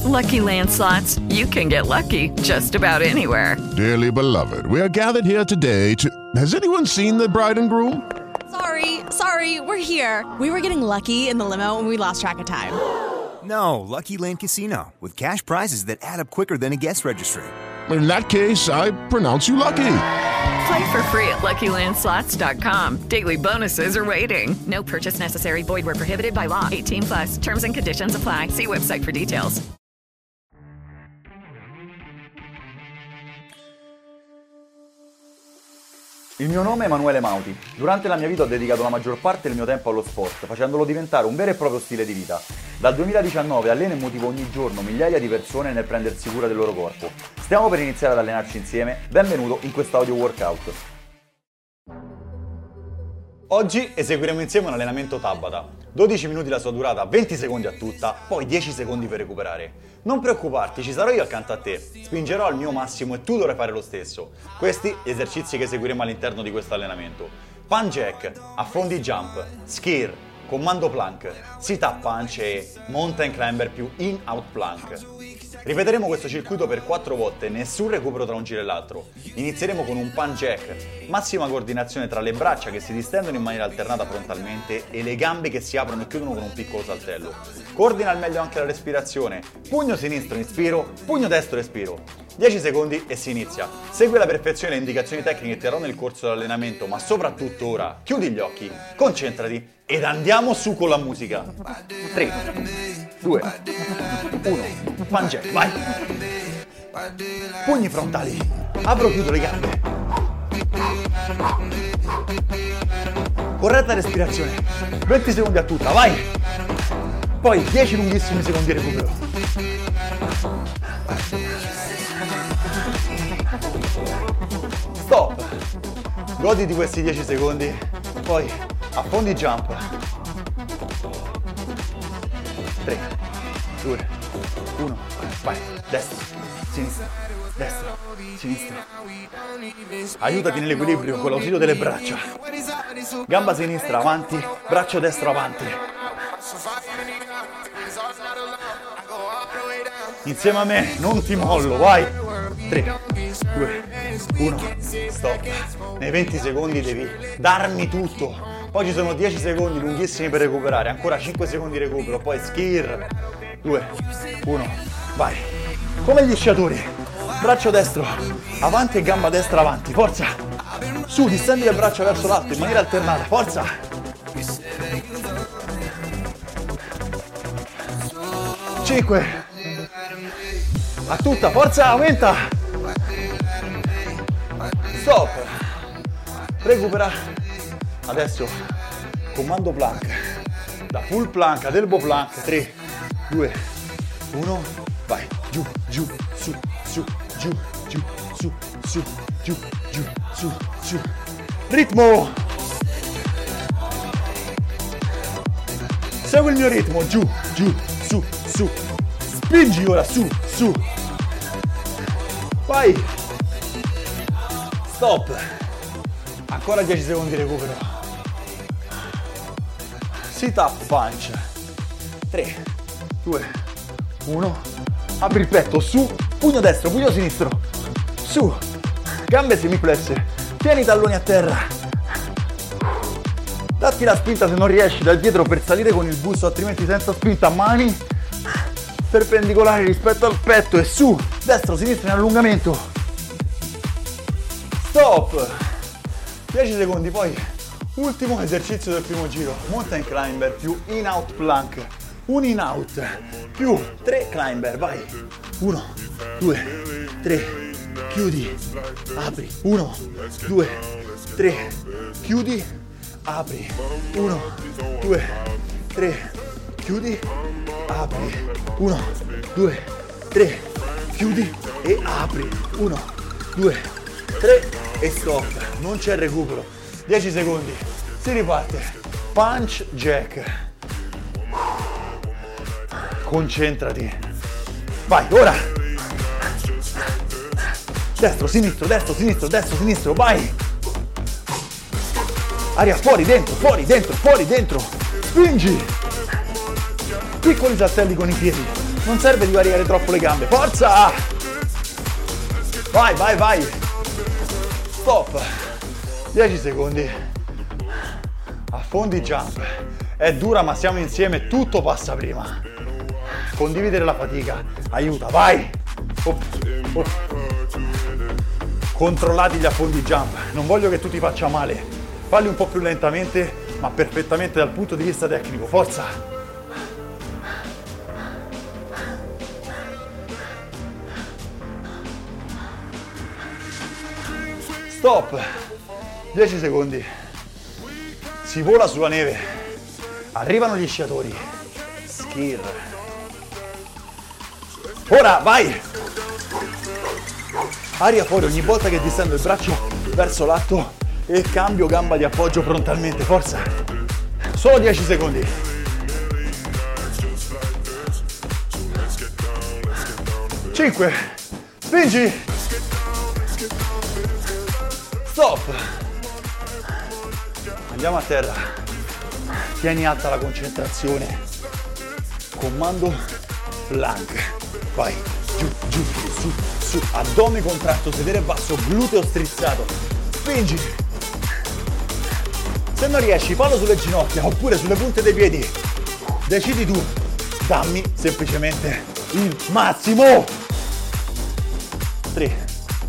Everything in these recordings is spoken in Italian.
Lucky Land Slots, you can get lucky just about anywhere. Dearly beloved, we are gathered here today to... Has anyone seen the bride and groom? Sorry, we're here. We were getting lucky in the limo and we lost track of time. No, Lucky Land Casino, with cash prizes that add up quicker than a guest registry. In that case, I pronounce you lucky. Play for free at LuckyLandSlots.com. Daily bonuses are waiting. No purchase necessary. Void where prohibited by law. 18+. Terms and conditions apply. See website for details. Il mio nome è Emanuele Mauti. Durante la mia vita ho dedicato la maggior parte del mio tempo allo sport, facendolo diventare un vero e proprio stile di vita. Dal 2019 alleno e motivo ogni giorno migliaia di persone nel prendersi cura del loro corpo. Stiamo per iniziare ad allenarci insieme. Benvenuto in questo audio workout. Oggi eseguiremo insieme un allenamento Tabata. 12 minuti la sua durata, 20 secondi a tutta, poi 10 secondi per recuperare. Non preoccuparti, ci sarò io accanto a te. Spingerò al mio massimo e tu dovrai fare lo stesso. Questi gli esercizi che eseguiremo all'interno di questo allenamento. Punch jack, affondi jump, skier, comando plank, sit-up punch e mountain climber più in-out plank. Ripeteremo questo circuito per 4 volte, nessun recupero tra un giro e l'altro. Inizieremo con un punch jack, massima coordinazione tra le braccia che si distendono in maniera alternata frontalmente e le gambe che si aprono e chiudono con un piccolo saltello. Coordina al meglio anche la respirazione, pugno sinistro inspiro, pugno destro espiro. 10 secondi e si inizia. Segui alla perfezione le indicazioni tecniche che ti darò nel corso dell'allenamento, ma soprattutto ora chiudi gli occhi, concentrati ed andiamo su con la musica. 3, 2, 1, punch jack, vai! Pugni frontali, apro chiudo le gambe. Corretta respirazione, 20 secondi a tutta, vai! Poi 10 lunghissimi secondi di recupero. Stop! Goditi questi 10 secondi, poi affondi jump. 3, 2, 1, vai, destra, sinistra, destra, sinistra. Aiutati nell'equilibrio con l'ausilio delle braccia. Gamba sinistra avanti, braccio destro avanti. Insieme a me, non ti mollo, vai! 3, 2, 1, stop. Nei 20 secondi devi darmi tutto. Poi ci sono 10 secondi lunghissimi per recuperare, ancora 5 secondi di recupero, poi skir. 2, 1, vai. Come gli sciatori. Braccio destro avanti e gamba destra avanti, forza. Su, distendi le braccia verso l'alto in maniera alternata, forza. 5. A tutta, forza, aumenta. Stop. Recupera. Adesso comando plank. Da full plank ad elbow plank. 3, 2, 1, vai. Giù, giù, su, su, giù, giù, su, su, giù, giù, su, su. Ritmo. Segui il mio ritmo, giù, giù, su, su. Spingi ora, su, su. Vai. Stop. Ancora 10 secondi di recupero. Sit up punch. 3, 2, 1. Apri il petto, su. Pugno destro, pugno sinistro. Su. Gambe semiplesse. Tieni i talloni a terra. Datti la spinta se non riesci dal dietro per salire con il busto, altrimenti senza spinta, mani perpendicolari rispetto al petto e su. Destro, sinistro in allungamento. Stop. 10 secondi, poi ultimo esercizio del primo giro, mountain climber più in-out plank, un in-out più 3 climber, vai, 1, 2, 3, chiudi, apri, 1, 2, 3, chiudi, apri, 1, 2, 3, chiudi, apri, 1, 2, 3, chiudi e apri, 1, 2, 3 e stop, non c'è recupero, 10 secondi, si riparte, punch jack, concentrati, vai, ora, destro, sinistro, destro, sinistro, destro, sinistro, vai, aria fuori, dentro, fuori, dentro, fuori, dentro, spingi, piccoli saltelli con i piedi, Non serve di variare troppo le gambe. Forza! Vai. Stop. 10 secondi. Affondi jump. È dura ma siamo insieme, tutto passa prima. Condividere la fatica aiuta, vai. Controllati gli affondi jump. Non voglio che tu ti faccia male. Falli un po' più lentamente ma perfettamente dal punto di vista tecnico. Forza. Stop. 10 secondi. Si vola sulla neve. Arrivano gli sciatori. Skill. Ora vai. Aria fuori ogni volta che distendo il braccio verso l'atto e cambio gamba di appoggio frontalmente. Forza. Solo 10 secondi. Cinque. Spingi. Stop. Andiamo a terra. Tieni alta la concentrazione. Comando plank. Vai. Giù, su. Addome contratto, sedere basso, gluteo strizzato. Spingi. Se non riesci, fallo sulle ginocchia oppure sulle punte dei piedi. Decidi tu. Dammi semplicemente il massimo. 3.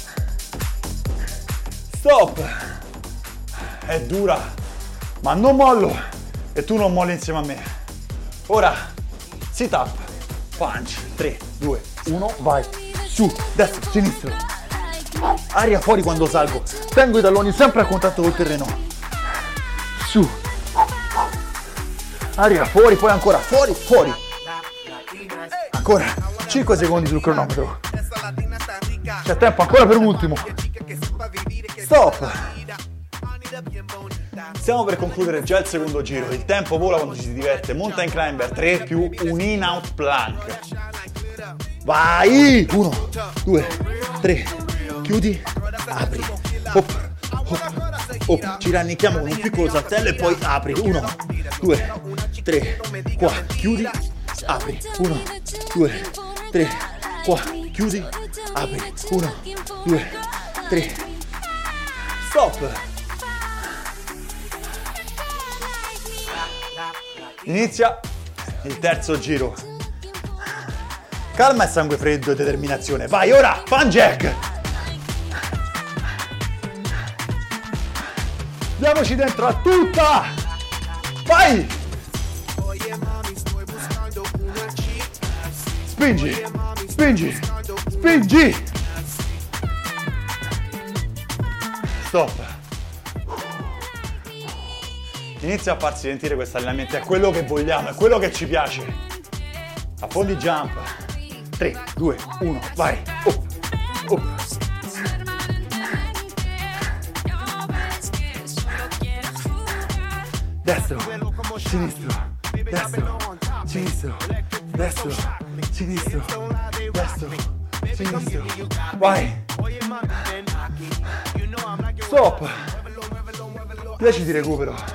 Stop. È dura, ma non mollo e tu non molli insieme a me. Ora, sit up, punch, 3, 2, 1, vai, su, destro, sinistro. Aria fuori quando salgo, tengo i talloni sempre a contatto col terreno. Su. Aria fuori, poi ancora, fuori. Ancora, 5 secondi sul cronometro. C'è tempo ancora per un ultimo. Stop. Stiamo per concludere già il secondo giro. Il tempo vola quando ci si diverte. Mountain climber 3 più un in out plank. Vai. 1, 2, 3. Chiudi, apri. Hop. Ci rannicchiamo con un piccolo saltello e poi apri. 1, 2, 3. Qua. Chiudi, apri. 1, 2, 3. Qua. Chiudi, apri. 1, 2, 3. Stop. Inizia il terzo giro. Calma e sangue freddo e determinazione. Vai ora, fan jack. Diamoci dentro a tutta. Vai. Spingi. Stop. Inizia a farsi sentire questo allenamento, è quello che vogliamo, è quello che ci piace. Affondi jump. 3, 2, 1, vai. Destro, sinistro, vai. Stop. 10 di recupero.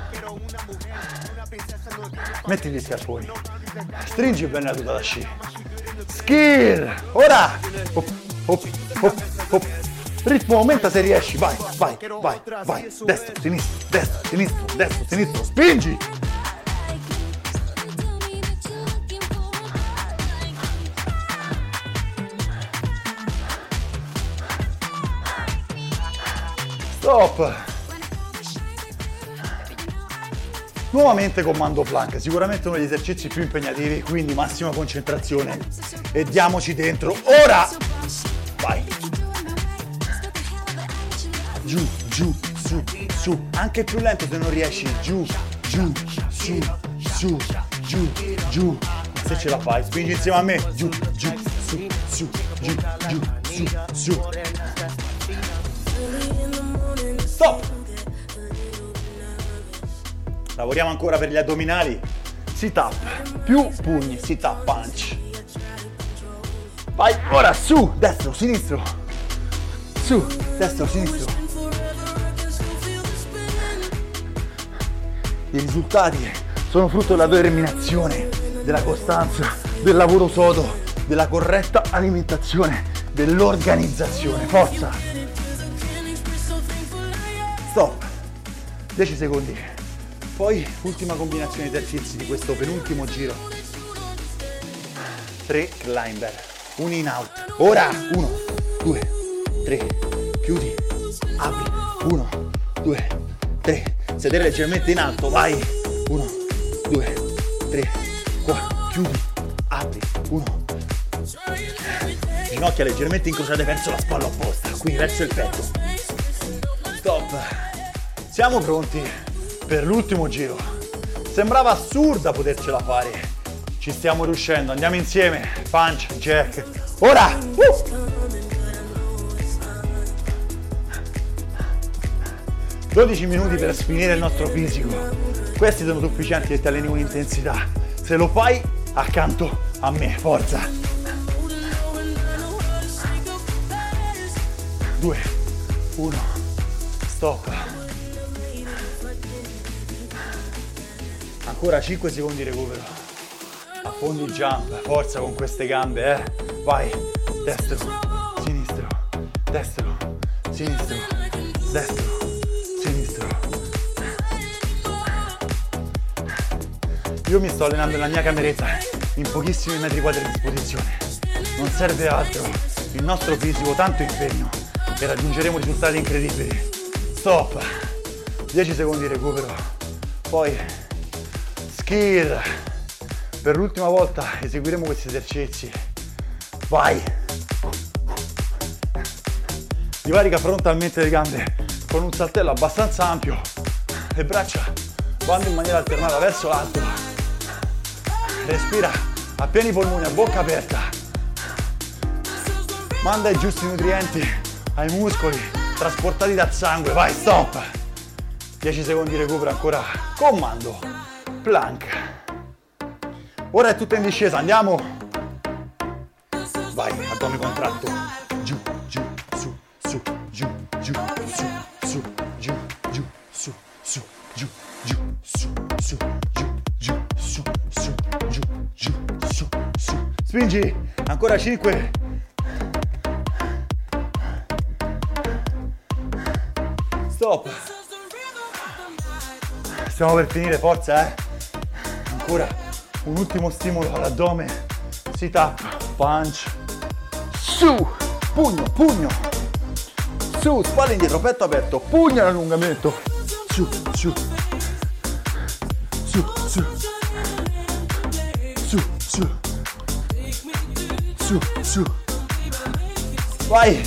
Metti gli scarponi. Stringi bene la tuta da sci. Skill. Ora. Hop. Ritmo aumenta se riesci. Vai. Destro, sinistro. Spingi. Stop. Nuovamente comando plank, sicuramente uno degli esercizi più impegnativi, quindi massima concentrazione e diamoci dentro. Ora! Vai! Giù, su, anche più lento se non riesci, giù, su. Se ce la fai, spingi insieme a me, giù, su. Stop! Lavoriamo ancora per gli addominali. Sit up più pugni, sit up punch. Vai, ora su, destro, sinistro. Su, destro, sinistro. I risultati sono frutto della determinazione, della costanza, del lavoro sodo. della corretta alimentazione, dell'organizzazione. Forza! Stop! 10 secondi. Poi ultima combinazione di esercizi di questo penultimo giro. 3 climber, un in out. Ora 1, 2, 3, chiudi, apri, 1, 2, 3, sedere leggermente in alto, vai, 1, 2, 3, 4, chiudi, apri, 1, ginocchia leggermente incrociate verso la spalla opposta, qui verso il petto. Stop. Siamo pronti per l'ultimo giro. Sembrava assurda potercela fare. Ci stiamo riuscendo, andiamo insieme. Punch, jack. Ora! 12 minuti per sfinire il nostro fisico. Questi sono sufficienti che ti alleni con intensità. Se lo fai accanto a me, forza. 2, 1, stop. Ancora 5 secondi di recupero. Affondi il jump, forza con queste gambe, vai. Destro, sinistro, destro, sinistro, destro, sinistro. Io mi sto allenando nella mia cameretta, in pochissimi metri quadri a disposizione. Non serve altro. Il nostro fisico, tanto impegno, e raggiungeremo risultati incredibili. Stop. 10 secondi di recupero. Poi skill. Per l'ultima volta eseguiremo questi esercizi. Vai. Divarica frontalmente le gambe con un saltello abbastanza ampio. Le braccia vanno in maniera alternata verso l'alto. Respira a pieni polmoni, a bocca aperta. Manda i giusti nutrienti ai muscoli trasportati dal sangue. Vai, stop. 10 secondi di recupero ancora. Comando. Plank. Ora è tutto in discesa, andiamo. Vai, addome contratto. Giù, giù, su, su, giù, giù, su, su, giù, giù, su, su, giù, giù, su, su, giù, giù, su, su, giù, giù, su, su. Spingi, ancora 5. Stop. Stiamo per finire, forza, Ancora un ultimo stimolo all'addome. Sit up, punch. Su, pugno, pugno. Su, spalle indietro, petto aperto, pugno in allungamento. Su, su. Su, su. Su, su. Su, su. Vai.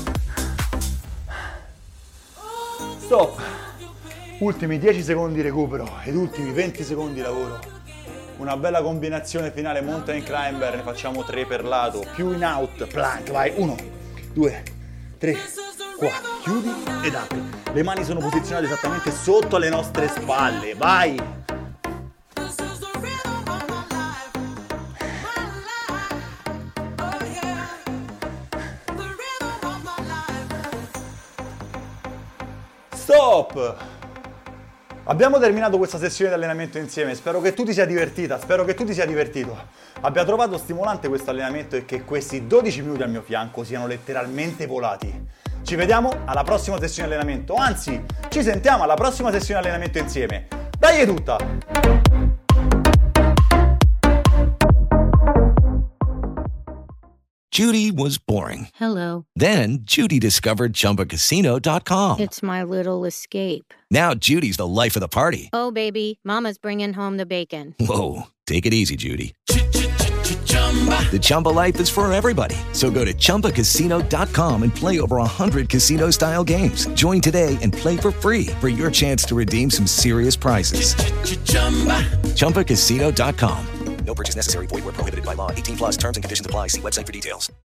Stop. Ultimi 10 secondi di recupero ed ultimi 20 secondi di lavoro. Una bella combinazione finale mountain climber, ne facciamo 3 per lato, più in out, plank, vai, 1, 2, 3, 4, chiudi ed apri. Le mani sono posizionate esattamente sotto le nostre spalle, vai! Stop! Abbiamo terminato questa sessione di allenamento insieme, spero che tu ti sia divertita, spero che tu ti sia divertito, abbia trovato stimolante questo allenamento e che questi 12 minuti al mio fianco siano letteralmente volati. Ci vediamo alla prossima sessione di allenamento, anzi, ci sentiamo alla prossima sessione di allenamento insieme. Dai, è tutta! Judy was boring. Hello. Then Judy discovered ChumbaCasino.com. It's my little escape. Now Judy's the life of the party. Oh, baby, mama's bringing home the bacon. Whoa, take it easy, Judy. The Chumba life is for everybody. So go to ChumbaCasino.com and play over 100 casino-style games. Join today and play for free for your chance to redeem some serious prizes. ChumbaCasino.com. No purchase necessary. Void where prohibited by law. 18+ terms and conditions apply. See website for details.